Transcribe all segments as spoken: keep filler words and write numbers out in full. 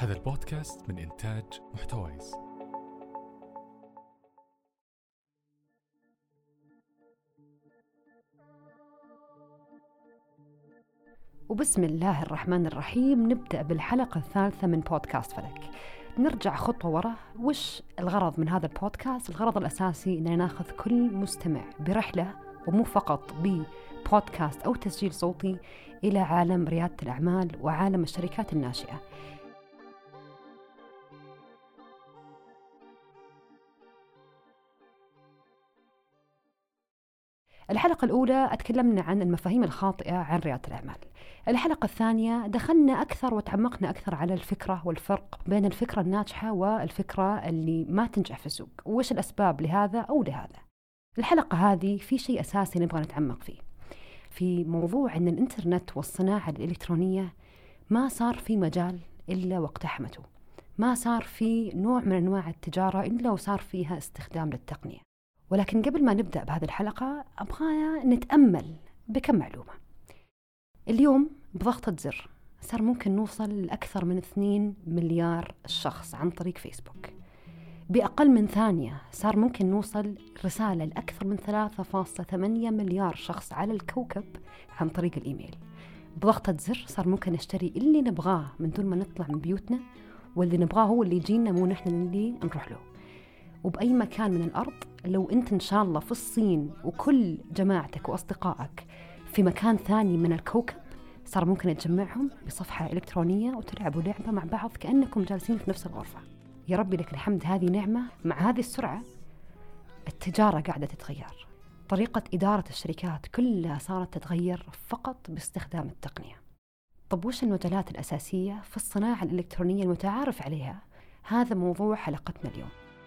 هذا البودكاست من إنتاج محتويس. وبسم الله الرحمن الرحيم نبدأ بالحلقة الثالثة من بودكاست فلك. نرجع خطوة ورا. وش الغرض من هذا البودكاست؟ الغرض الأساسي أننا ناخذ كل مستمع برحلة، ومو فقط ببودكاست أو تسجيل صوتي، إلى عالم ريادة الأعمال وعالم الشركات الناشئة. الحلقة الأولى أتكلمنا عن المفاهيم الخاطئة عن ريادة الأعمال. الحلقة الثانية دخلنا أكثر وتعمقنا أكثر على الفكرة والفرق بين الفكرة الناجحة والفكرة اللي ما تنجح في السوق، وإيش الأسباب لهذا أو لهذا. الحلقة هذه في شيء أساسي نبغى نتعمق فيه، في موضوع أن الإنترنت والصناعة الإلكترونية ما صار في مجال إلا واقتحمته، ما صار في نوع من أنواع التجارة إلا وصار فيها استخدام للتقنية. ولكن قبل ما نبدأ بهذه الحلقة أبغى نتأمل بكم معلومة. اليوم بضغطة زر صار ممكن نوصل لأكثر من اثنين مليار شخص عن طريق فيسبوك. بأقل من ثانية صار ممكن نوصل رسالة لأكثر من ثلاثة فاصلة ثمانية مليار شخص على الكوكب عن طريق الإيميل. بضغطة زر صار ممكن نشتري اللي نبغاه من دون ما نطلع من بيوتنا، واللي نبغاه هو اللي يجينا مو نحن اللي نروح له. وبأي مكان من الأرض، لو أنت إن شاء الله في الصين وكل جماعتك وأصدقائك في مكان ثاني من الكوكب، صار ممكن تجمعهم بصفحة إلكترونية وتلعبوا لعبة مع بعض كأنكم جالسين في نفس الغرفة. يا ربي لك الحمد، هذه نعمة. مع هذه السرعة التجارة قاعدة تتغير، طريقة إدارة الشركات كلها صارت تتغير فقط باستخدام التقنية. طب وش المجالات الأساسية في الصناعة الإلكترونية المتعارف عليها؟ هذا موضوع حلقتنا اليوم.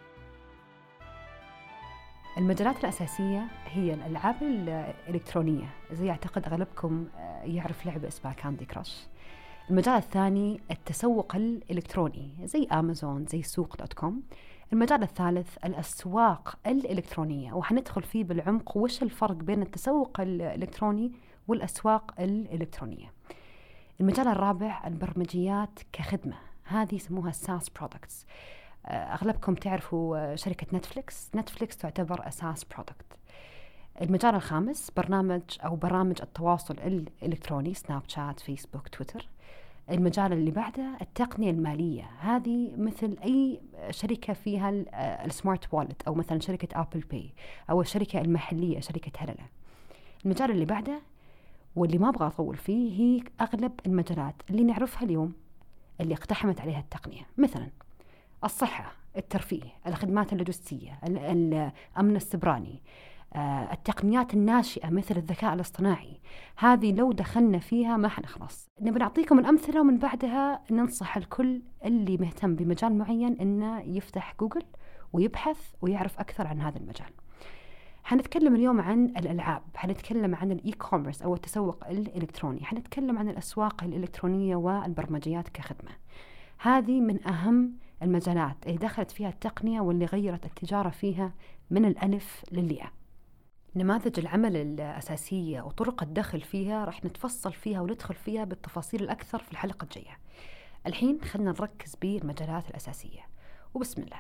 المجالات الأساسية هي الألعاب الإلكترونية، زي أعتقد أغلبكم يعرف لعبة اسمها كاندي كراش. المجال الثاني التسوق الإلكتروني زي أمازون، زي سوق دوت كوم. المجال الثالث الأسواق الإلكترونية، وحندخل فيه بالعمق وش الفرق بين التسوق الإلكتروني والأسواق الإلكترونية. المجال الرابع البرمجيات كخدمة، هذه يسموها ساس برودكتس. أغلبكم تعرفوا شركة نتفليكس. نتفليكس تعتبر أساس برودكت. المجال الخامس برنامج أو برامج التواصل الإلكتروني، سناب شات، فيسبوك، تويتر. المجال اللي بعده التقنية المالية، هذه مثل أي شركة فيها السمارت والت، أو مثلا شركة أبل باي، أو الشركة المحلية شركة هللة. المجال اللي بعده واللي ما أبغى أطول فيه هي أغلب المجالات اللي نعرفها اليوم اللي اقتحمت عليها التقنية، مثلا الصحة، الترفيه، الخدمات اللوجستية، الأمن السبراني، التقنيات الناشئة مثل الذكاء الاصطناعي. هذه لو دخلنا فيها ما حنخلص. نبي نعطيكم الأمثلة ومن بعدها ننصح الكل اللي مهتم بمجال معين إنه يفتح جوجل ويبحث ويعرف أكثر عن هذا المجال. حنتكلم اليوم عن الألعاب، حنتكلم عن الإي كوميرس أو التسوق الإلكتروني، حنتكلم عن الأسواق الإلكترونية والبرمجيات كخدمة. هذه من أهم المجالات اللي دخلت فيها التقنية واللي غيرت التجارة فيها من الألف للياء. نماذج العمل الأساسية وطرق الدخل فيها رح نتفصل فيها وندخل فيها بالتفاصيل الأكثر في الحلقة الجاية. الحين خلنا نركز بالمجالات الأساسية، وبسم الله.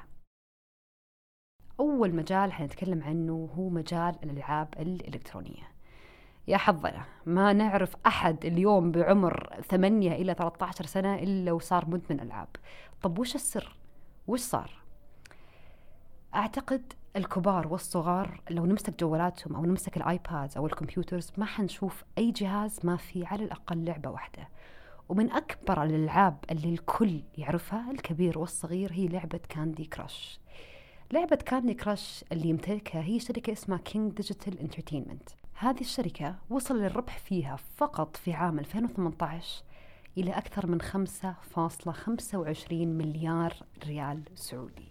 أول مجال حنتكلم عنه هو مجال الألعاب الإلكترونية. يا حظنا ما نعرف أحد اليوم بعمر ثمانية إلى ثلاثة عشر سنة إلا وصار مدمن ألعاب. طب وش السر؟ وش صار؟ أعتقد الكبار والصغار لو نمسك جوالاتهم أو نمسك الآيبادز أو الكمبيوترز ما حنشوف أي جهاز ما فيه على الأقل لعبة واحدة. ومن أكبر الألعاب اللي الكل يعرفها الكبير والصغير هي لعبة كاندي كراش. لعبة كاندي كراش اللي يمتلكها هي شركة اسمها كينج ديجيتال انترتينمنت. هذه الشركة وصل للربح فيها فقط في عام ألفين وثمانية عشر إلى أكثر من خمسة فاصلة خمسة وعشرين مليار ريال سعودي.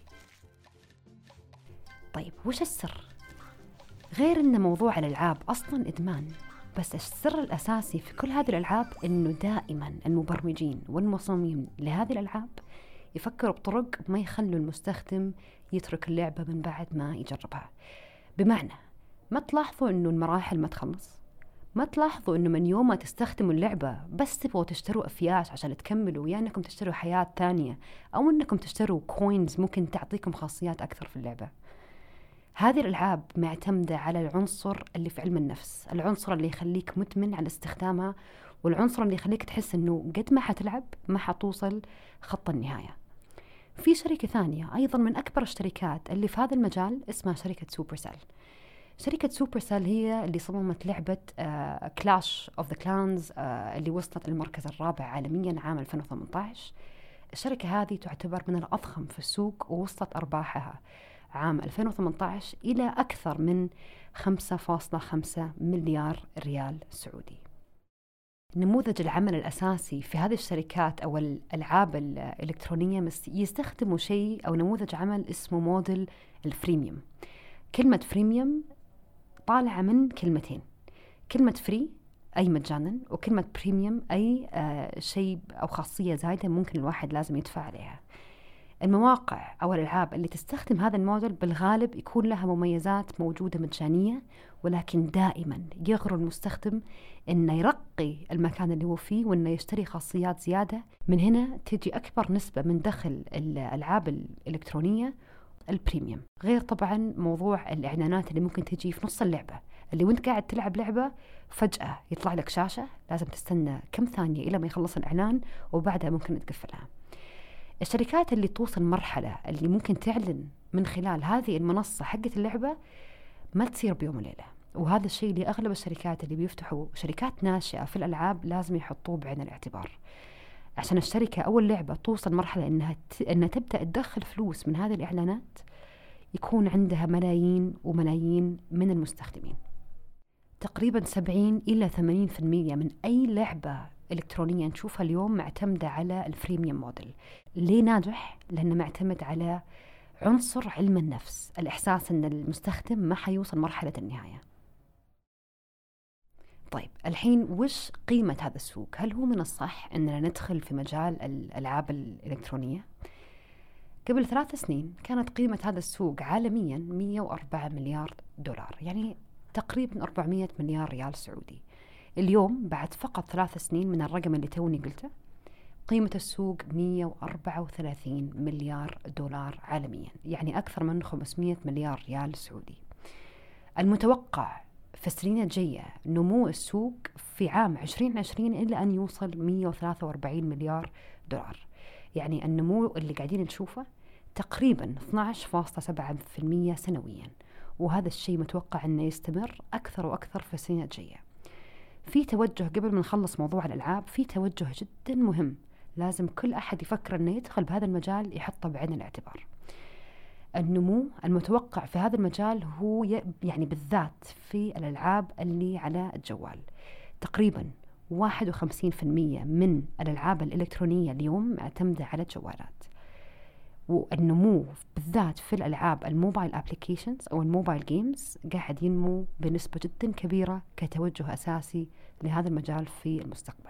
طيب وش السر؟ غير أن موضوع الألعاب أصلاً إدمان، بس السر الأساسي في كل هذه الألعاب أنه دائماً المبرمجين والمصممين لهذه الألعاب يفكروا بطرق ما يخلوا المستخدم يترك اللعبة من بعد ما يجربها. بمعنى ما تلاحظوا أنه المراحل ما تخلص، ما تلاحظوا إنه من يوم ما تستخدموا اللعبة بس تبغوا تشتروا أفياس عشان تكملوا، يا إنكم تشتروا حياة ثانية أو إنكم تشتروا كوينز ممكن تعطيكم خاصيات أكثر في اللعبة. هذه الألعاب معتمدة على العنصر اللي في علم النفس، العنصر اللي يخليك مدمن على استخدامها، والعنصر اللي يخليك تحس إنه قد ما حتلعب ما حتوصل خط النهاية. في شركة ثانية أيضا من أكبر الشركات اللي في هذا المجال اسمها شركة سوبرسيل. شركة سوبرسيل هي اللي صممت لعبة كلاش أوف ذا كلانز اللي وصلت للمركز الرابع عالميا عام ألفين وثمانية عشر. الشركة هذه تعتبر من الأضخم في السوق، ووصلت أرباحها عام ألفين وثمانية عشر إلى أكثر من خمسة فاصلة خمسة مليار ريال سعودي. نموذج العمل الأساسي في هذه الشركات أو الألعاب الإلكترونية يستخدموا شيء أو نموذج عمل اسمه موديل الفريميوم. كلمة فريميوم طالعة من كلمتين، كلمة فري أي مجانا، وكلمة بريميوم أي آه شيء أو خاصية زايدة ممكن الواحد لازم يدفع عليها. المواقع أو الألعاب اللي تستخدم هذا الموديل بالغالب يكون لها مميزات موجودة مجانية، ولكن دائما يغر المستخدم إنه يرقي المكان اللي هو فيه وإنه يشتري خاصيات زيادة. من هنا تجي أكبر نسبة من دخل الألعاب الإلكترونية البريميوم، غير طبعا موضوع الإعلانات اللي ممكن تجي في نص اللعبة، اللي وانت قاعد تلعب لعبة فجأة يطلع لك شاشة لازم تستنى كم ثانية إلى ما يخلص الإعلان وبعدها ممكن تقفلها. الشركات اللي توصل مرحلة اللي ممكن تعلن من خلال هذه المنصة حقة اللعبة ما تصير بيوم وليلة، وهذا الشيء اللي أغلب الشركات اللي بيفتحوا شركات ناشئة في الألعاب لازم يحطوه بعين الاعتبار، عشان الشركة أو اللعبة توصل مرحلة إنها ت... إنها تبدأ تدخل فلوس من هذه الإعلانات يكون عندها ملايين وملايين من المستخدمين. تقريبا سبعين إلى ثمانين في المية من أي لعبة إلكترونية نشوفها اليوم معتمدة على الفريميوم موديل. ليه ناجح؟ لأنه معتمد على عنصر علم النفس، الإحساس أن المستخدم ما حيوصل مرحلة النهاية. طيب الحين وش قيمة هذا السوق؟ هل هو من الصح أننا ندخل في مجال الألعاب الإلكترونية؟ قبل ثلاث سنين كانت قيمة هذا السوق عالميا مئة وأربعة مليار دولار، يعني تقريبا أربعمئة مليار ريال سعودي. اليوم بعد فقط ثلاث سنين من الرقم اللي توني قلته قيمة السوق مئة وأربعة وثلاثين مليار دولار عالميا، يعني أكثر من خمسمئة مليار ريال سعودي. المتوقع في السنين الجاية نمو السوق في عام عشرين عشرين إلى أن يوصل مئة وثلاثة وأربعين مليار دولار، يعني النمو اللي قاعدين نشوفه تقريبا اثني عشر فاصلة سبعة بالمئة سنويا، وهذا الشيء متوقع أنه يستمر أكثر وأكثر في السنين الجاية. في توجه قبل ما نخلص موضوع الألعاب، في توجه جدا مهم لازم كل أحد يفكر أنه يدخل بهذا المجال يحطه بعين الاعتبار. النمو المتوقع في هذا المجال هو يعني بالذات في الألعاب اللي على الجوال. تقريبا واحد وخمسين بالمئة من الألعاب الإلكترونية اليوم معتمدة على الجوالات، والنمو بالذات في الألعاب الموبايل أبليكيشنز أو الموبايل جيمز قاعد ينمو بنسبة جدا كبيرة كتوجه أساسي لهذا المجال في المستقبل.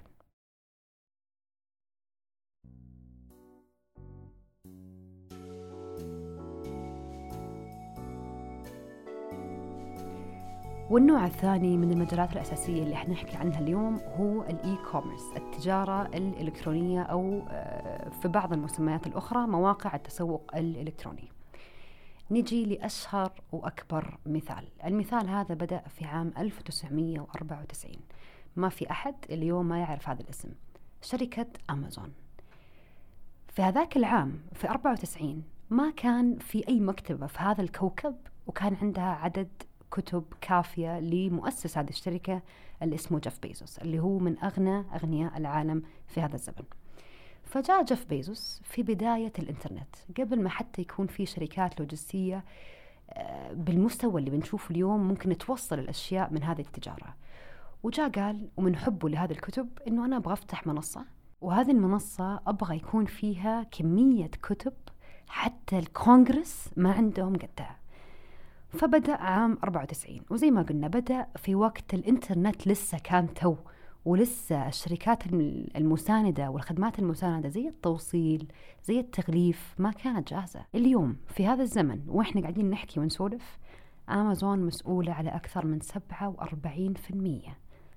والنوع الثاني من المجالات الأساسية اللي احنا نحكي عنها اليوم هو الإي كوميرس، التجارة الإلكترونية، أو في بعض المسميات الأخرى مواقع التسوق الإلكتروني. نجي لأشهر وأكبر مثال. المثال هذا بدأ في عام ألف وتسعمئة وأربعة وتسعين، ما في أحد اليوم ما يعرف هذا الاسم، شركة أمازون. في هذاك العام في أربعة وتسعين ما كان في أي مكتبة في هذا الكوكب وكان عندها عدد كتب كافية لمؤسس هذه الشركة اللي اسمه جيف بيزوس، اللي هو من أغنى أغنياء العالم في هذا الزمن. فجاء جيف بيزوس في بداية الإنترنت، قبل ما حتى يكون في شركات لوجستية بالمستوى اللي بنشوفه اليوم ممكن توصل الأشياء من هذه التجارة. وجاء قال ومن حبه لهذه الكتب إنه أنا أبغى أفتح منصة، وهذه المنصة أبغى يكون فيها كمية كتب حتى الكونغرس ما عندهم قدها. فبدأ عام أربعة وتسعين، وزي ما قلنا بدأ في وقت الإنترنت لسه كان تو، ولسه الشركات المساندة والخدمات المساندة زي التوصيل زي التغليف ما كانت جاهزة. اليوم في هذا الزمن وإحنا قاعدين نحكي ونسولف، أمازون مسؤولة على أكثر من سبعة وأربعين بالمئة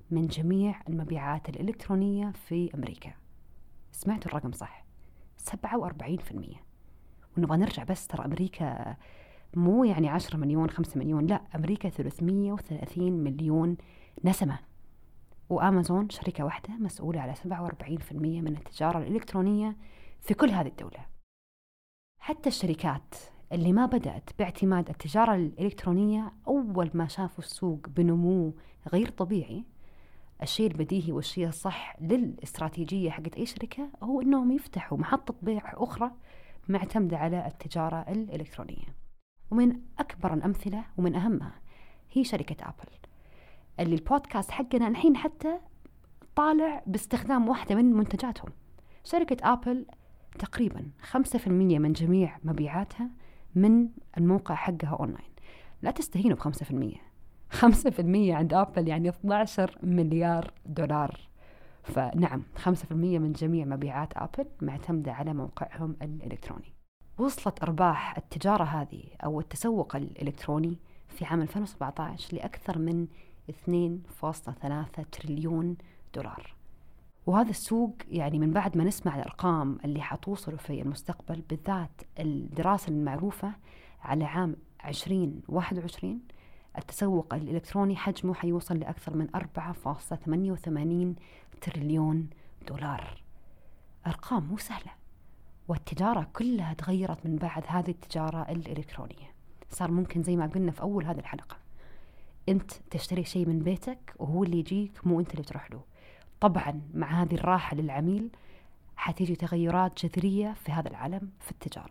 من جميع المبيعات الإلكترونية في أمريكا. سمعتوا الرقم صح، سبعة وأربعين بالمئة. ونبغى نرجع بس، ترى أمريكا مو يعني عشرة مليون خمسة مليون، لا، أمريكا ثلاثمية وثلاثين مليون نسمة. وآمازون شركة واحدة مسؤولة على سبعة وأربعين بالمئة من التجارة الإلكترونية في كل هذه الدولة. حتى الشركات اللي ما بدأت باعتماد التجارة الإلكترونية، أول ما شافوا السوق بنمو غير طبيعي، الشيء البديهي والشيء الصح للاستراتيجية حقت أي شركة هو أنهم يفتحوا محطة بيع أخرى معتمدة على التجارة الإلكترونية. ومن أكبر الأمثلة ومن أهمها هي شركة آبل، اللي البودكاست حقنا الحين حتى طالع باستخدام واحدة من منتجاتهم. شركة آبل تقريبا خمسة بالمئة من جميع مبيعاتها من الموقع حقها أونلاين. لا تستهينوا بخمسة بالمئة، خمسة بالمئة عند آبل يعني اثنا عشر مليار دولار. فنعم، خمسة بالمئة من جميع مبيعات آبل معتمدة على موقعهم الإلكتروني. وصلت أرباح التجارة هذه أو التسوق الإلكتروني في عام ألفين وسبعة عشر لأكثر من اثنين فاصلة ثلاثة تريليون دولار. وهذا السوق يعني من بعد ما نسمع الأرقام اللي حتوصلوا في المستقبل، بالذات الدراسة المعروفة على عام عشرين واحد وعشرين، التسوق الإلكتروني حجمه حيوصل لأكثر من أربعة فاصلة ثمانية وثمانين تريليون دولار. أرقام مو سهلة. والتجارة كلها تغيرت من بعد هذه التجارة الإلكترونية. صار ممكن زي ما قلنا في أول هذه الحلقة، أنت تشتري شيء من بيتك وهو اللي يجيك، مو أنت اللي تروح له. طبعا مع هذه الراحة للعميل حتيجي تغيرات جذرية في هذا العالم في التجارة.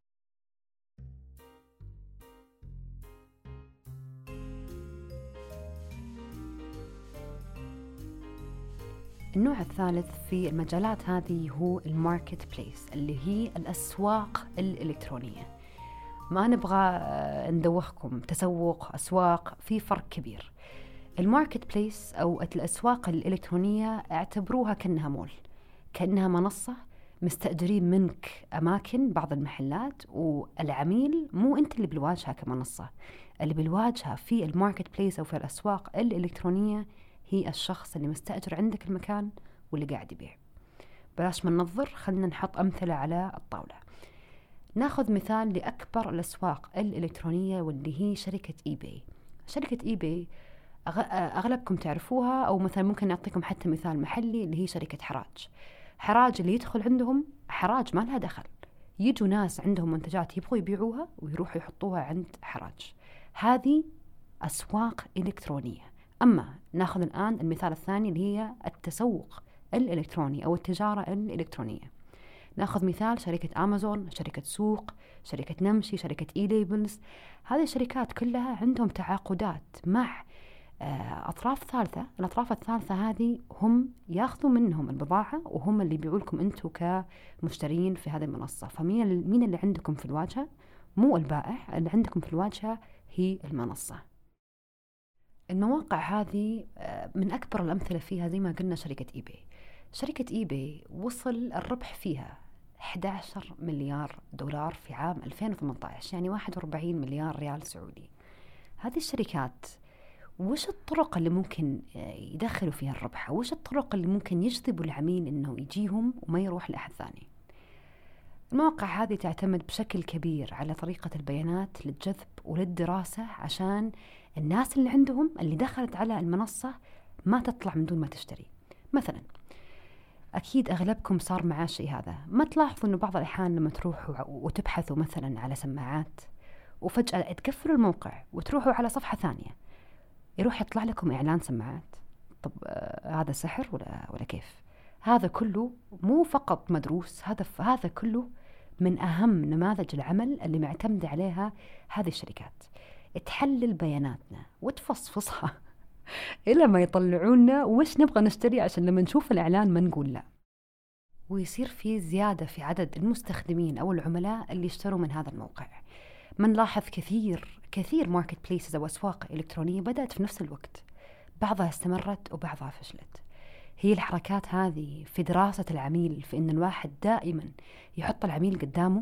النوع الثالث في المجالات هذه هو الماركت بليس، اللي هي الأسواق الإلكترونية. ما نبغى ندوخكم، تسوق أسواق في فرق كبير. الماركت بليس أو الأسواق الإلكترونية اعتبروها كأنها مول، كأنها منصة مستأجرين منك أماكن بعض المحلات، والعميل مو أنت اللي بالواجهة كمنصة. اللي بالواجهة في الماركت بليس أو في الأسواق الإلكترونية هي الشخص اللي مستأجر عندك المكان واللي قاعد يبيع. بلاش ما ننظر، خلنا نحط أمثلة على الطاولة. ناخذ مثال لأكبر الأسواق الإلكترونية واللي هي شركة إي باي. شركة إي باي أغلبكم تعرفوها، أو مثلا ممكن نعطيكم حتى مثال محلي اللي هي شركة حراج. حراج اللي يدخل عندهم حراج ما لها دخل، يجوا ناس عندهم منتجات يبغوا يبيعوها ويروحوا يحطوها عند حراج. هذه أسواق إلكترونية. أما ناخذ الآن المثال الثاني اللي هي التسوق الإلكتروني أو التجارة الإلكترونية. ناخذ مثال شركة آمازون، شركة سوق، شركة نمشي، شركة إي ليبلز. هذه الشركات كلها عندهم تعاقدات مع أطراف ثالثة. الأطراف الثالثة هذه هم ياخذوا منهم البضاعة وهم اللي يبيعوا لكم أنتم كمشترين في هذه المنصة. فمين مين اللي عندكم في الواجهة؟ مو البائع، اللي عندكم في الواجهة هي المنصة. المواقع هذه من أكبر الأمثلة فيها زي ما قلنا شركة إي باي. شركة إي باي وصل الربح فيها أحد عشر مليار دولار في عام ألفين وثمانية عشر، يعني واحد وأربعين مليار ريال سعودي. هذه الشركات وش الطرق اللي ممكن يدخلوا فيها الربح؟ وش الطرق اللي ممكن يجذبوا العميل إنه يجيهم وما يروح لأحد ثاني؟ المواقع هذه تعتمد بشكل كبير على طريقة البيانات للجذب وللدراسة، عشان الناس اللي عندهم اللي دخلت على المنصة ما تطلع من دون ما تشتري. مثلا أكيد أغلبكم صار معاه شيء هذا. ما تلاحظوا أنه بعض الأحيان لما تروحوا وتبحثوا مثلا على سماعات وفجأة تقفلوا الموقع وتروحوا على صفحة ثانية يروح يطلع لكم إعلان سماعات؟ طب آه هذا سحر ولا ولا كيف؟ هذا كله مو فقط مدروس، هذا هذا كله من أهم نماذج العمل اللي معتمد عليها هذه الشركات. تحلل بياناتنا وتفصفصها إلا ما يطلعونا وش نبغى نشتري، عشان لما نشوف الإعلان ما نقول لا. ويصير في زيادة في عدد المستخدمين أو العملاء اللي يشتروا من هذا الموقع. من لاحظ كثير كثير ماركت بليسز أو أسواق إلكترونية بدأت في نفس الوقت، بعضها استمرت وبعضها فشلت. هي الحركات هذه في دراسة العميل، في إن الواحد دائما يحط العميل قدامه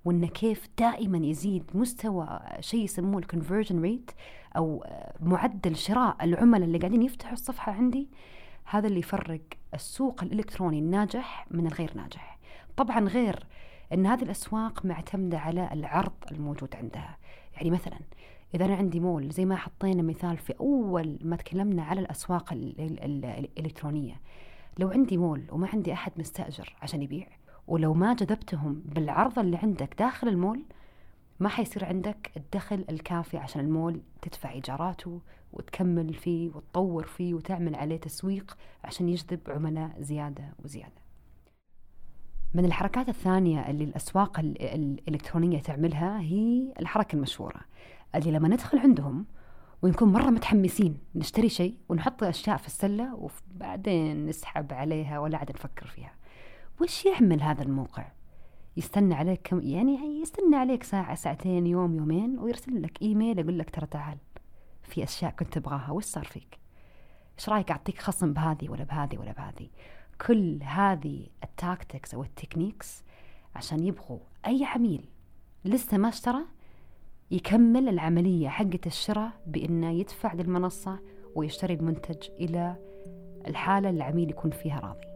وإنه كيف دائما يزيد مستوى شيء يسموه الكونفرجن ريت أو معدل شراء العملاء اللي قاعدين يفتحوا الصفحة عندي. هذا اللي يفرق السوق الإلكتروني الناجح من الغير ناجح. طبعا غير أن هذه الأسواق معتمدة على العرض الموجود عندها. يعني مثلا إذا أنا عندي مول، زي ما حطينا مثال في أول ما تكلمنا على الأسواق الإلكترونية، لو عندي مول وما عندي أحد مستأجر عشان يبيع، ولو ما جذبتهم بالعرض اللي عندك داخل المول، ما حيصير عندك الدخل الكافي عشان المول تدفع إيجاراته وتكمل فيه وتطور فيه وتعمل عليه تسويق عشان يجذب عملاء زيادة وزيادة. من الحركات الثانية اللي الأسواق الإلكترونية تعملها هي الحركة المشهورة، اللي لما ندخل عندهم ونكون مرة متحمسين نشتري شيء ونحط أشياء في السلة وبعدين نسحب عليها ولا عاد نفكر فيها. وش يعمل هذا الموقع؟ يستنى عليك كم يعني يستنى عليك ساعة ساعتين يوم يومين ويرسل لك إيميل يقول لك ترى تعال في أشياء كنت تبغاها، وش صار فيك؟ إيش رأيك أعطيك خصم بهذه ولا بهذه ولا بهذه؟ كل هذه التاكتكس أو التكنيكس عشان يبغوا أي عميل لسه ما اشترى يكمل العملية حقة الشراء بأنه يدفع للمنصة ويشتري المنتج إلى الحالة اللي العميل يكون فيها راضي.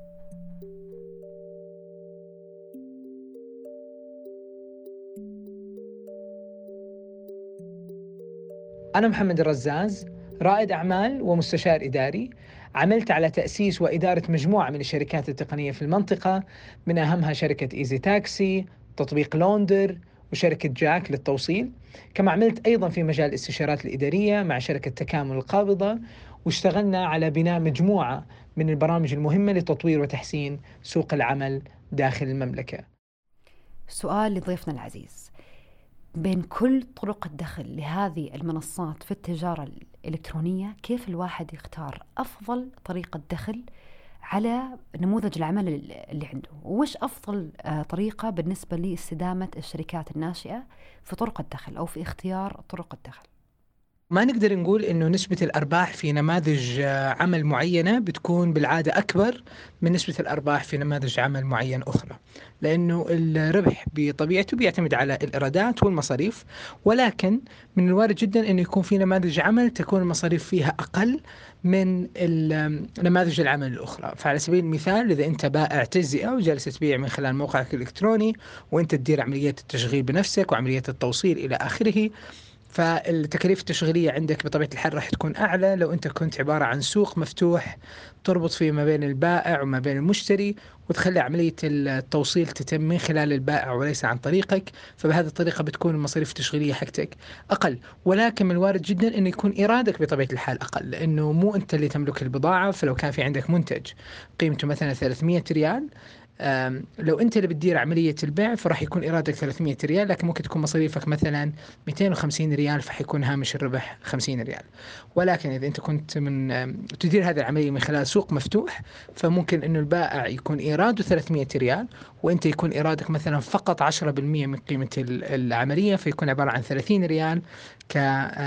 أنا محمد الرزاز، رائد أعمال ومستشار إداري. عملت على تأسيس وإدارة مجموعة من الشركات التقنية في المنطقة، من أهمها شركة إيزي تاكسي، تطبيق لوندر، وشركة جاك للتوصيل. كما عملت أيضا في مجال الاستشارات الإدارية مع شركة تكامل القابضة، واشتغلنا على بناء مجموعة من البرامج المهمة لتطوير وتحسين سوق العمل داخل المملكة. سؤال لضيفنا العزيز، بين كل طرق الدخل لهذه المنصات في التجارة الإلكترونية، كيف الواحد يختار أفضل طريقة دخل على نموذج العمل اللي عنده؟ وش أفضل طريقة بالنسبة لاستدامة الشركات الناشئة في طرق الدخل أو في اختيار طرق الدخل؟ ما نقدر نقول إنه نسبة الأرباح في نماذج عمل معينة بتكون بالعادة أكبر من نسبة الأرباح في نماذج عمل معين أخرى، لأنه الربح بطبيعته بيعتمد على الإيرادات والمصاريف، ولكن من الوارد جدا إنه يكون في نماذج عمل تكون المصاريف فيها أقل من نماذج العمل الأخرى. فعلى سبيل المثال، إذا أنت بائع تجزئة وجالس تبيع من خلال موقعك الإلكتروني وأنت تدير عمليات التشغيل بنفسك وعمليات التوصيل إلى آخره، فالتكاليف التشغيلية عندك بطبيعة الحال راح تكون أعلى لو أنت كنت عبارة عن سوق مفتوح تربط فيه ما بين البائع وما بين المشتري، وتخلي عملية التوصيل تتم من خلال البائع وليس عن طريقك. فبهذه الطريقة بتكون المصاريف التشغيلية حقتك أقل، ولكن من الوارد جدا أنه يكون إيرادك بطبيعة الحال أقل، لأنه مو أنت اللي تملك البضاعة. فلو كان في عندك منتج قيمته مثلا ثلاثمية ريال، لو أنت اللي بتدير عملية البيع فراح يكون إيرادك ثلاثمية ريال، لكن ممكن تكون مصاريفك مثلا مئتين وخمسين ريال، فحيكون هامش الربح خمسين ريال. ولكن إذا أنت كنت من تدير هذه العملية من خلال سوق مفتوح، فممكن إنه البائع يكون إيراده ثلاثمية ريال وأنت يكون إيرادك مثلا فقط عشرة بالمية من قيمة العملية، فيكون عبارة عن ثلاثين ريال ك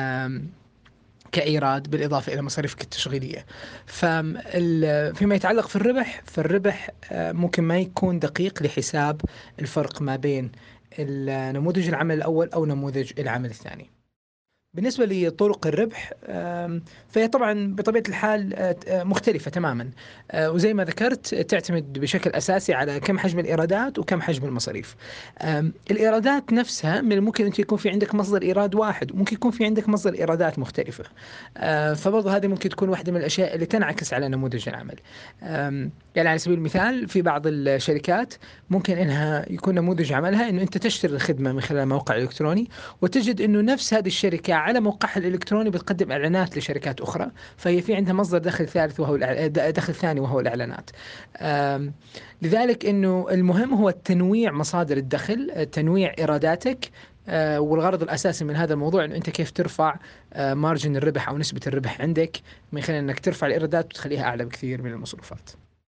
كإيراد بالإضافة إلى مصاريفك التشغيلية. فيما يتعلق في الربح، فالربح ممكن ما يكون دقيق لحساب الفرق ما بين نموذج العمل الأول أو نموذج العمل الثاني. بالنسبة لطرق الربح فهي طبعا بطبيعة الحال مختلفة تماما، وزي ما ذكرت تعتمد بشكل أساسي على كم حجم الإيرادات وكم حجم المصاريف. الإيرادات نفسها من الممكن أن يكون في عندك مصدر إيراد واحد، وممكن يكون في عندك مصدر إيرادات مختلفة، فبرضه هذه ممكن تكون واحدة من الأشياء اللي تنعكس على نموذج العمل. يعني على سبيل المثال في بعض الشركات ممكن إنها يكون نموذج عملها إنه أنت تشتري الخدمة من خلال موقع إلكتروني، وتجد إنه نفس هذه الشركة على موقعها الإلكتروني بتقدم إعلانات لشركات أخرى، فهي في عندها مصدر دخل ثالث وهو دخل ثاني وهو الإعلانات. لذلك إنه المهم هو التنويع مصادر الدخل، تنويع إيراداتك، والغرض الأساسي من هذا الموضوع إنه أنت كيف ترفع مارجن الربح أو نسبة الربح عندك من خلال إنك ترفع الإيرادات وتخليها أعلى بكثير من المصروفات.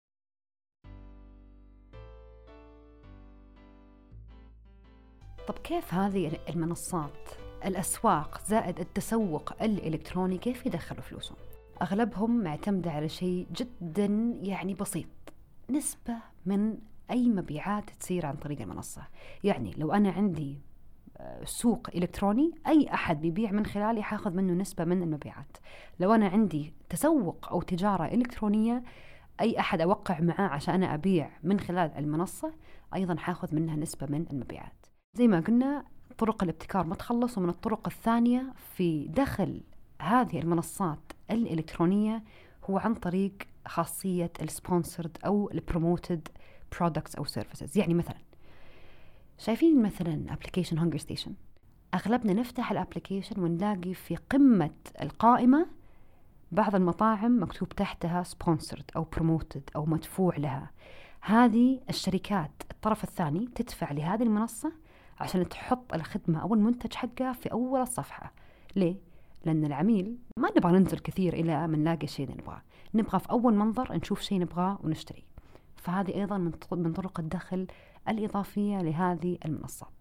طب كيف هذه المنصات، الأسواق زائد التسوق الإلكتروني كيف يدخلوا فلوسهم؟ أغلبهم معتمدة على شيء جدا يعني بسيط، نسبة من أي مبيعات تصير عن طريق المنصة. يعني لو أنا عندي سوق إلكتروني، أي أحد بيبيع من خلالي حاخذ منه نسبة من المبيعات. لو أنا عندي تسوق أو تجارة إلكترونية، أي أحد أوقع معاه عشان أنا أبيع من خلال المنصة، أيضا حاخذ منها نسبة من المبيعات. زي ما قلنا طرق الابتكار ما تخلص. ومن الطرق الثانية في دخل هذه المنصات الإلكترونية هو عن طريق خاصية السبونسرد أو البروموتد برودكتس أو سيرفيسز. يعني مثلا شايفين مثلا ابلكيشن هانجر ستيشن، أغلبنا نفتح الابلكيشن ونلاقي في قمة القائمة بعض المطاعم مكتوب تحتها سبونسرد أو بروموتد أو مدفوع لها. هذه الشركات الطرف الثاني تدفع لهذه المنصة عشان تحط الخدمة أو المنتج حقها في أول الصفحة. ليه؟ لأن العميل ما نبغى ننزل كثير إلى من نلاقي شيء نبغاه، نبغى في أول منظر نشوف شيء نبغاه ونشتري. فهذه أيضا من طرق الدخل الإضافية لهذه المنصات.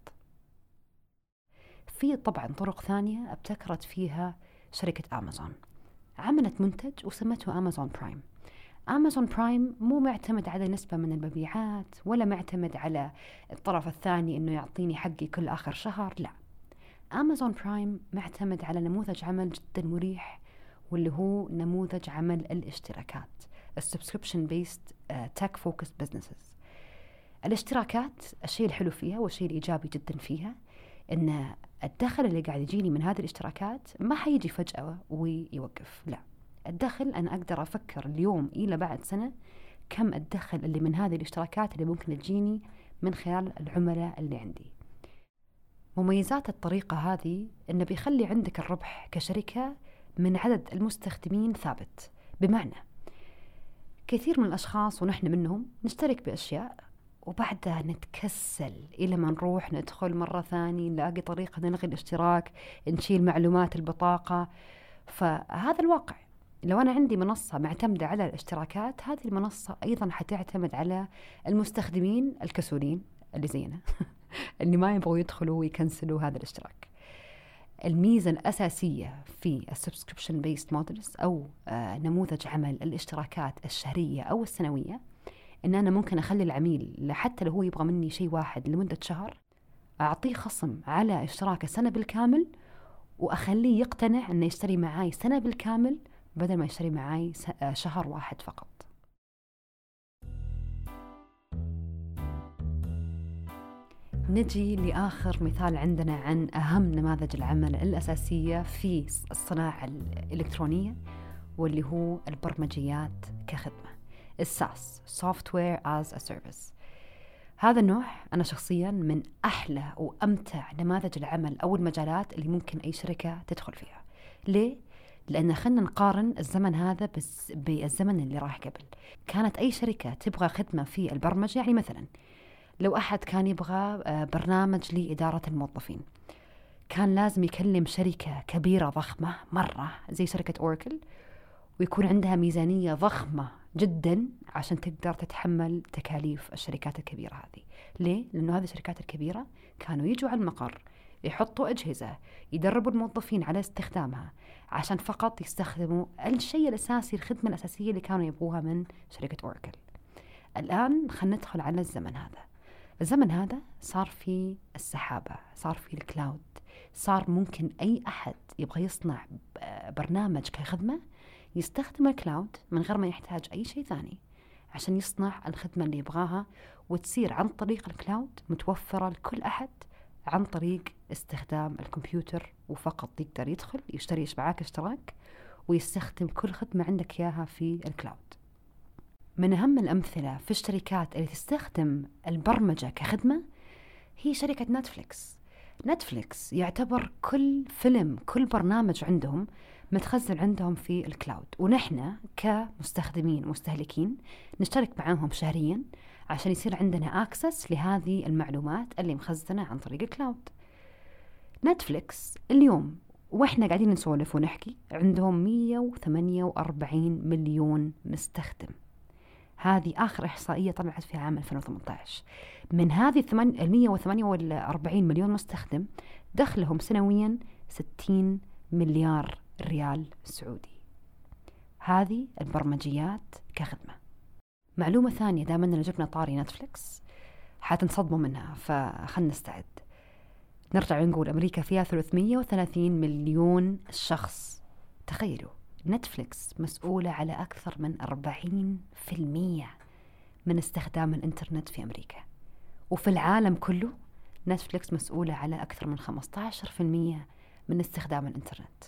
في طبعا طرق ثانية ابتكرت فيها شركة أمازون، عملت منتج وسمته أمازون برايم. أمازون برايم مو معتمد على نسبة من المبيعات ولا معتمد على الطرف الثاني إنه يعطيني حقي كل آخر شهر، لا. أمازون برايم معتمد على نموذج عمل جدا مريح، واللي هو نموذج عمل الاشتراكات، السبسكريبشن بيست تك فوكس بزنسز. الاشتراكات الشيء الحلو فيها والشيء الإيجابي جدا فيها إن الدخل اللي قاعد يجيني من هذه الاشتراكات ما حيجي فجأة ويوقف، لا. الدخل أنا أقدر أفكر اليوم إلى بعد سنة كم الدخل اللي من هذه الاشتراكات اللي ممكن تجيني من خلال العملاء اللي عندي. مميزات الطريقة هذه إنه بيخلي عندك الربح كشركة من عدد المستخدمين ثابت. بمعنى كثير من الأشخاص ونحن منهم نشترك بأشياء وبعدها نتكسل إلى ما نروح ندخل مرة ثانية نلاقي طريقة نلغي الاشتراك، نشيل معلومات البطاقة. فهذا الواقع. لو أنا عندي منصة معتمدة على الاشتراكات، هذه المنصة أيضا حتعتمد على المستخدمين الكسولين اللي زينا اللي ما يبغوا يدخلوا ويكنسلوا هذا الاشتراك. الميزة الأساسية في السبسكريبشن بيست مودلز أو آه نموذج عمل الاشتراكات الشهرية أو السنوية، إن أنا ممكن أخلي العميل حتى لو هو يبغى مني شيء واحد لمدة شهر أعطيه خصم على اشتراك السنة بالكامل، وأخليه يقتنع أنه يشتري معاي سنة بالكامل بدل ما يشتري معاي شهر واحد فقط. نجي لآخر مثال عندنا عن أهم نماذج العمل الأساسية في الصناعة الإلكترونية، واللي هو البرمجيات كخدمة، الساس Software as a Service. هذا النوع أنا شخصياً من أحلى وأمتع نماذج العمل أو المجالات اللي ممكن أي شركة تدخل فيها. ليه؟ لأن خلنا نقارن الزمن هذا بالزمن اللي راح قبل. كانت أي شركة تبغى خدمة في البرمجة، يعني مثلاً لو أحد كان يبغى برنامج لإدارة الموظفين، كان لازم يكلم شركة كبيرة ضخمة مرة زي شركة أوراكل، ويكون عندها ميزانية ضخمة جدا عشان تقدر تتحمل تكاليف الشركات الكبيرة هذه. ليه؟ لأنه هذه الشركات الكبيرة كانوا يجوا على المقر يحطوا أجهزة يدربوا الموظفين على استخدامها عشان فقط يستخدموا الشيء الأساسي، الخدمة الأساسية اللي كانوا يبغوها من شركة أوراكل. الآن خلينا ندخل على الزمن هذا. الزمن هذا صار في السحابة، صار في الكلاود، صار ممكن أي أحد يبغى يصنع برنامج كخدمة يستخدم الكلاود من غير ما يحتاج أي شيء ثاني عشان يصنع الخدمة اللي يبغاها، وتصير عن طريق الكلاود متوفرة لكل أحد عن طريق استخدام الكمبيوتر، وفقط يقدر يدخل يشتري معاك اشتراك ويستخدم كل خدمة عندك إياها في الكلاود. من أهم الأمثلة في الشركات اللي تستخدم البرمجة كخدمة هي شركة نتفليكس. نتفليكس يعتبر كل فيلم كل برنامج عندهم متخزن عندهم في الكلاود، ونحن كمستخدمين مستهلكين نشترك معاهم شهريا عشان يصير عندنا أكسس لهذه المعلومات اللي مخزنة عن طريق الكلاود. نتفليكس اليوم وإحنا قاعدين نسولف ونحكي عندهم مية وثمانية وأربعين مليون مستخدم. هذه آخر إحصائية طلعت في عام ألفين وثمانية عشر. من هذه مية وثمانية وأربعين مليون مستخدم دخلهم سنويا ستين مليار ريال سعودي. هذه البرمجيات كخدمة. معلومة ثانية، دائما إن جبنا طاري نتفليكس حتنصدموا منها، فخلنا نستعد. نرجع نقول أمريكا فيها ثلاثمية وثلاثين مليون شخص. تخيلوا نتفليكس مسؤولة على أكثر من أربعين في المية من استخدام الإنترنت في أمريكا، وفي العالم كله نتفليكس مسؤولة على أكثر من خمسة عشر في المية من استخدام الإنترنت.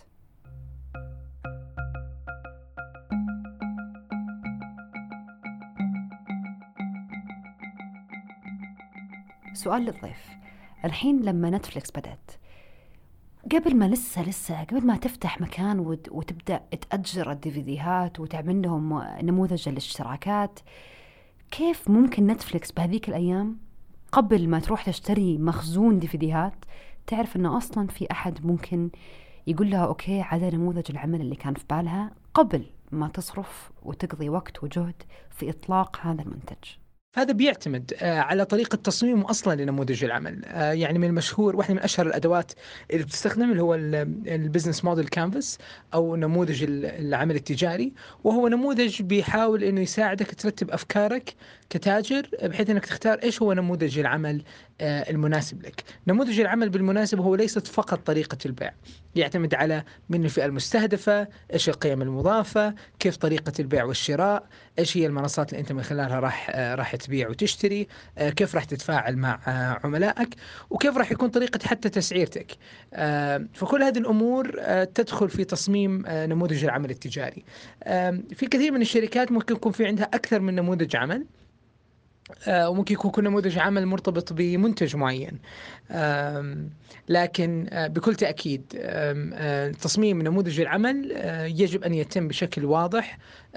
سؤال للضيف، الحين لما نتفليكس بدأت، قبل ما لسه لسه قبل ما تفتح مكان وتبدأ تأجر الديفيديهات وتعمل لهم نموذج الاشتراكات، كيف ممكن نتفليكس بهذيك الأيام قبل ما تروح تشتري مخزون ديفيديهات تعرف أنه أصلا في أحد ممكن يقول لها أوكي على نموذج العمل اللي كان في بالها قبل ما تصرف وتقضي وقت وجهد في إطلاق هذا المنتج؟ هذا بيعتمد على طريقة تصميمه أصلا لنموذج العمل. يعني من المشهور، واحدة من أشهر الأدوات اللي بتستخدم اللي هو البزنس موديل كانفاس أو نموذج العمل التجاري، وهو نموذج بيحاول إنه يساعدك ترتب أفكارك كتاجر بحيث إنك تختار إيش هو نموذج العمل المناسب لك. نموذج العمل بالمناسبة هو ليست فقط طريقة البيع، يعتمد على من الفئة المستهدفة، إيش القيم المضافة، كيف طريقة البيع والشراء، إيش هي المنصات اللي أنت من خلالها راح راح تبيع وتشتري، كيف راح تتفاعل مع عملائك، وكيف راح يكون طريقة حتى تسعيرتك. فكل هذه الأمور تدخل في تصميم نموذج العمل التجاري. في كثير من الشركات ممكن يكون في عندها أكثر من نموذج عمل، وممكن يكون كل نموذج عمل مرتبط بمنتج معين، لكن بكل تأكيد تصميم نموذج العمل يجب أن يتم بشكل واضح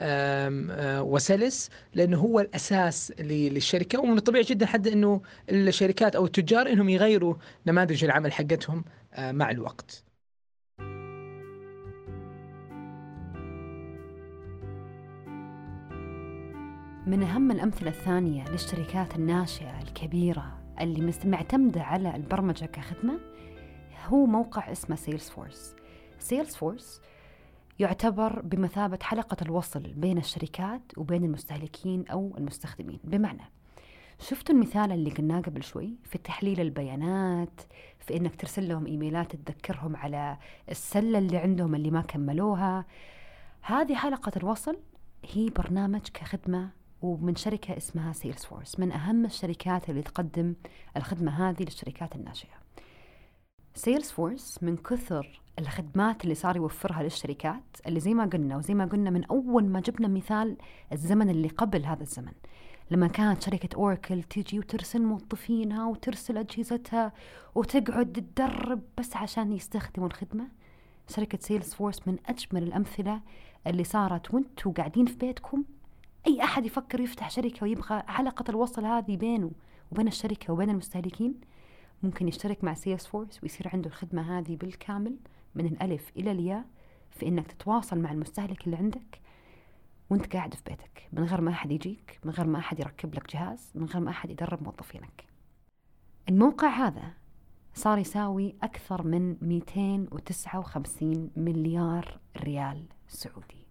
وسلس، لأنه هو الأساس للشركة. ومن الطبيعي جدا حتى أنه الشركات أو التجار أنهم يغيروا نماذج العمل حقتهم مع الوقت. من أهم الأمثلة الثانية للشركات الناشئة الكبيرة اللي معتمدة على البرمجة كخدمة هو موقع اسمه سيلسفورس. سيلسفورس يعتبر بمثابة حلقة الوصل بين الشركات وبين المستهلكين أو المستخدمين. بمعنى، شفتوا المثال اللي قلناه قبل شوي في تحليل البيانات، في إنك ترسل لهم إيميلات تذكرهم على السلة اللي عندهم اللي ما كملوها؟ هذه حلقة الوصل هي برنامج كخدمة ومن شركة اسمها سيلسفورس، من أهم الشركات اللي تقدم الخدمة هذه للشركات الناشئة. سيلسفورس من كثر الخدمات اللي صار يوفرها للشركات، اللي زي ما قلنا وزي ما قلنا من أول ما جبنا مثال الزمن اللي قبل هذا الزمن، لما كانت شركة أوراكل تيجي وترسل موظفينها وترسل أجهزتها وتقعد تدرب بس عشان يستخدموا الخدمة، شركة سيلسفورس من أجمل الأمثلة اللي صارت. وانتوا قاعدين في بيتكم، أي أحد يفكر يفتح شركة ويبغى حلقة الوصل هذه بينه وبين الشركة وبين المستهلكين، ممكن يشترك مع سيلسفورس ويصير عنده الخدمة هذه بالكامل من الألف إلى الياء، في إنك تتواصل مع المستهلك اللي عندك وانت قاعد في بيتك، من غير ما أحد يجيك، من غير ما أحد يركب لك جهاز، من غير ما أحد يدرب موظفينك. الموقع هذا صار يساوي أكثر من مئتين وتسعة وخمسين مليار ريال سعودي.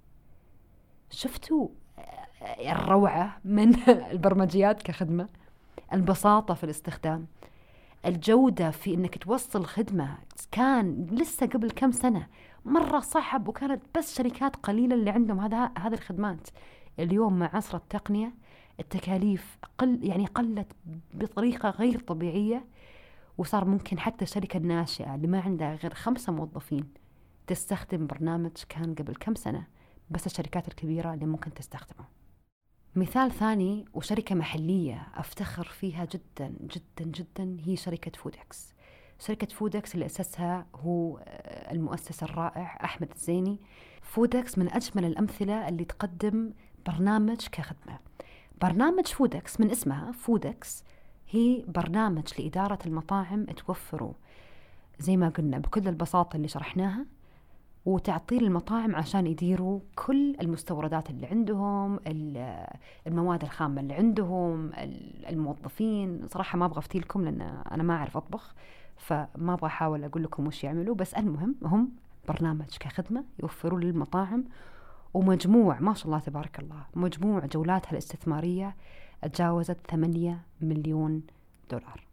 شفتوا الروعة من البرمجيات كخدمة؟ البساطة في الاستخدام، الجودة في إنك توصل خدمة كان لسه قبل كم سنة مرة صعب، وكانت بس شركات قليلة اللي عندهم هذا هذه الخدمات. اليوم مع عصر التقنية التكاليف قل يعني قلت بطريقة غير طبيعية، وصار ممكن حتى الشركة الناشئة اللي ما عندها غير خمسة موظفين تستخدم برنامج كان قبل كم سنة بس الشركات الكبيرة اللي ممكن تستخدمه. مثال ثاني وشركة محلية أفتخر فيها جدا جدا جدا هي شركة فودكس. شركة فودكس اللي أسسها هو المؤسس الرائع أحمد الزيني. فودكس من أجمل الأمثلة اللي تقدم برنامج كخدمة. برنامج فودكس من اسمها فودكس هي برنامج لإدارة المطاعم توفره زي ما قلنا بكل البساطة اللي شرحناها، وتعطيل المطاعم عشان يديروا كل المستوردات اللي عندهم، المواد الخامة اللي عندهم، الموظفين. صراحة ما أبغى أفتيلكم لأن أنا ما أعرف أطبخ، فما أبغى أحاول أقول لكم وش يعملوا، بس المهم هم برنامج كخدمة يوفروا للمطاعم ومجموع ما شاء الله تبارك الله مجموع جولاتها الاستثمارية تجاوزت ثمانية مليون دولار.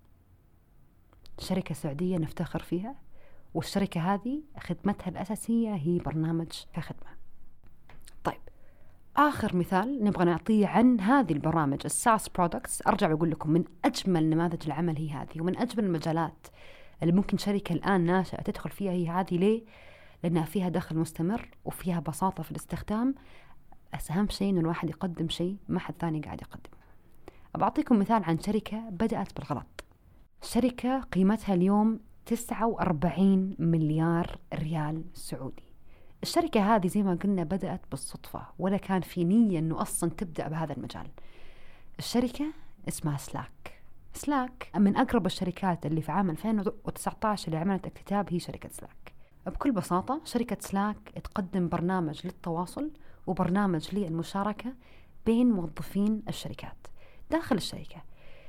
شركة سعودية نفتخر فيها، والشركة هذه خدمتها الأساسية هي برنامج كخدمة. طيب آخر مثال نبغى نعطيه عن هذه البرامج الساس برودكتس، أرجع أقول لكم من أجمل نماذج العمل هي هذه، ومن أجمل المجالات اللي ممكن شركة الآن ناشئة تدخل فيها هي هذه. ليه؟ لأنها فيها دخل مستمر وفيها بساطة في الاستخدام. أهم شيء إن الواحد يقدم شيء ما حد ثاني قاعد يقدم. أبعطيكم مثال عن شركة بدأت بالغلط، شركة قيمتها اليوم تسعة وأربعين مليار ريال سعودي. الشركة هذه زي ما قلنا بدأت بالصدفة، ولا كان في نية أنه أصلا تبدأ بهذا المجال. الشركة اسمها سلاك. سلاك من أقرب الشركات اللي في عام ألفين وتسعة عشر اللي عملت الكتاب هي شركة سلاك. بكل بساطة شركة سلاك تقدم برنامج للتواصل وبرنامج للمشاركة بين موظفين الشركات داخل الشركة.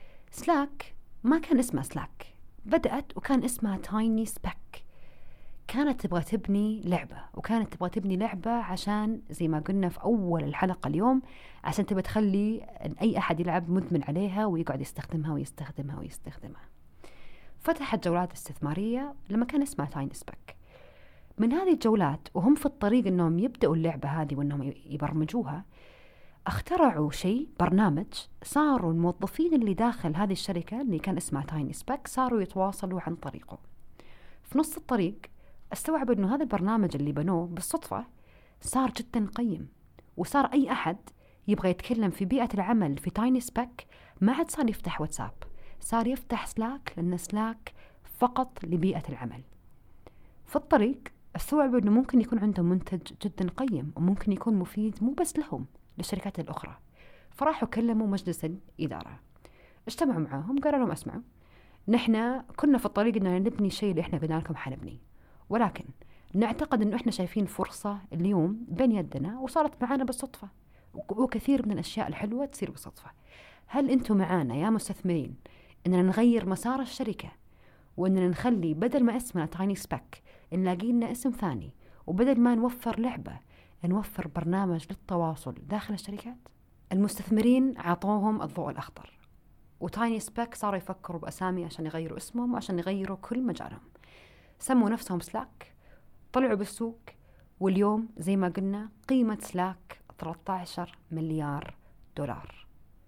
سلاك ما كان اسمها سلاك، بدأت وكان اسمها تايني سبيك. كانت تبغى تبني لعبة، وكانت تبغى تبني لعبة عشان زي ما قلنا في أول الحلقة اليوم، عشان تبغى تخلي أي أحد يلعب مدمن عليها ويقعد يستخدمها ويستخدمها ويستخدمها. فتحت جولات استثمارية لما كان اسمها تايني سبيك. من هذه الجولات وهم في الطريق أنهم يبدأوا اللعبة هذه وأنهم يبرمجوها، اخترعوا شيء برنامج. صاروا الموظفين اللي داخل هذه الشركة اللي كان اسمها تايني سبيك صاروا يتواصلوا عن طريقه. في نص الطريق استوعبوا أنه هذا البرنامج اللي بنوه بالصدفة صار جدا قيم، وصار أي أحد يبغى يتكلم في بيئة العمل في تايني سبيك ما عاد صار يفتح واتساب، صار يفتح سلاك، لأن سلاك فقط لبيئة العمل. في الطريق استوعبوا أنه ممكن يكون عندهم منتج جدا قيم وممكن يكون مفيد مو بس لهم، للشركات الأخرى. فراحوا كلموا مجلس الإدارة، اجتمعوا معاهم قالوا لهم اسمعوا، نحن كنا في الطريق أننا نبني شيء اللي إحنا قلنا لكم حنبني، ولكن نعتقد أنه إحنا شايفين فرصة اليوم بين يدنا وصارت معانا بالصدفة، وكثير من الأشياء الحلوة تصير بالصدفة. هل أنتم معانا يا مستثمرين أننا نغير مسار الشركة، وأننا نخلي بدل ما اسمنا تايني سبيك نلاقي لنا اسم ثاني، وبدل ما نوفر لعبة نوفر برنامج للتواصل داخل الشركات؟ المستثمرين عطوهم الضوء الأخضر، وتايني سبيك صاروا يفكروا بأسامي عشان يغيروا اسمهم وعشان يغيروا كل مجالهم. سموا نفسهم سلاك، طلعوا بالسوق، واليوم زي ما قلنا قيمة سلاك ثلاثة عشر مليار دولار.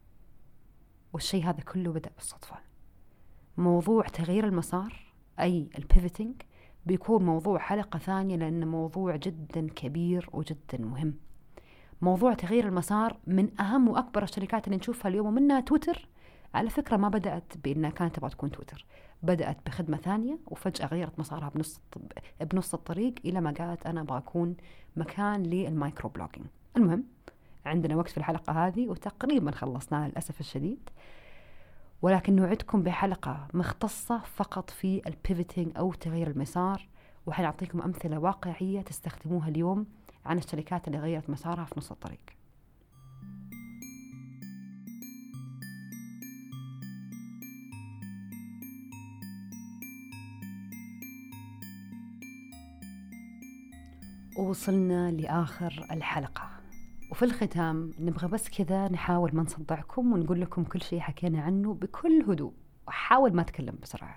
والشيء هذا كله بدأ بالصدفة. موضوع تغيير المسار أي البيفتنج بيكون موضوع حلقة ثانية، لأنه موضوع جدا كبير وجدا مهم. موضوع تغيير المسار من أهم وأكبر الشركات اللي نشوفها اليوم، ومنها تويتر. على فكرة ما بدأت بأنها كانت تبغى تكون تويتر، بدأت بخدمة ثانية وفجأة غيرت مسارها بنص بنص الطريق إلى ما قالت أنا أبغى أكون مكان للمايكرو بلوجينج. المهم عندنا وقت في الحلقة هذه وتقريبا خلصناها للأسف الشديد، ولكن نوعدكم بحلقة مختصة فقط في البيفتنج أو تغيير المسار، وحنعطيكم أمثلة واقعية تستخدموها اليوم عن الشركات اللي غيرت مسارها في نص الطريق. ووصلنا لآخر الحلقة، وفي الختام نبغى بس كذا نحاول ما نصدعكم ونقول لكم كل شيء حكينا عنه بكل هدوء، وحاول ما أتكلم بسرعة.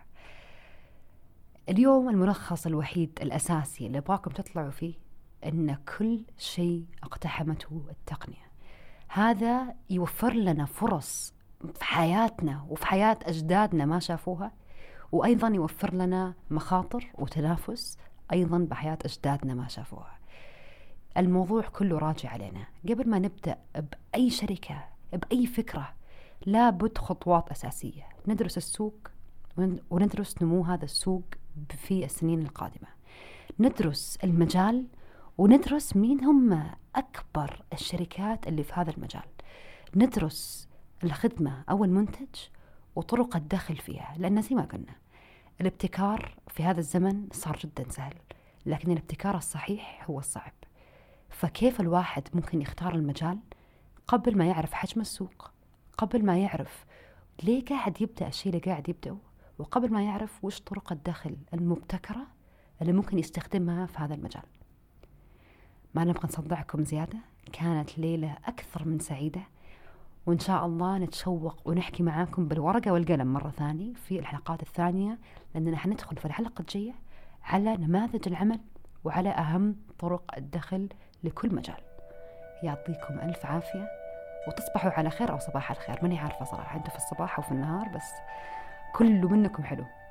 اليوم الملخص الوحيد الأساسي اللي أبغاكم تطلعوا فيه أن كل شيء اقتحمته التقنية. هذا يوفر لنا فرص في حياتنا وفي حياة أجدادنا ما شافوها، وأيضا يوفر لنا مخاطر وتنافس أيضا بحياة أجدادنا ما شافوها. الموضوع كله راجع علينا. قبل ما نبدأ بأي شركة بأي فكرة لابد خطوات أساسية. ندرس السوق وندرس نمو هذا السوق في السنين القادمة، ندرس المجال وندرس مين هم أكبر الشركات اللي في هذا المجال، ندرس الخدمة أو المنتج وطرق الدخل فيها. لأن زي ما قلنا الابتكار في هذا الزمن صار جدا سهل، لكن الابتكار الصحيح هو الصعب. فكيف الواحد ممكن يختار المجال قبل ما يعرف حجم السوق، قبل ما يعرف ليه قاعد يبدأ الشيء اللي قاعد يبدأه، وقبل ما يعرف وش طرق الدخل المبتكرة اللي ممكن يستخدمها في هذا المجال. ما نبغى نصدعكم زيادة، كانت ليلة أكثر من سعيدة، وإن شاء الله نتشوق ونحكي معاكم بالورقة والقلم مرة ثانية في الحلقات الثانية، لأننا حندخل في الحلقة الجاية على نماذج العمل وعلى أهم طرق الدخل لكل مجال. يعطيكم ألف عافية وتصبحوا على خير أو صباح الخير، ماني عارفة صراحة أنتوا في الصباح أو في النهار، بس كله منكم حلو.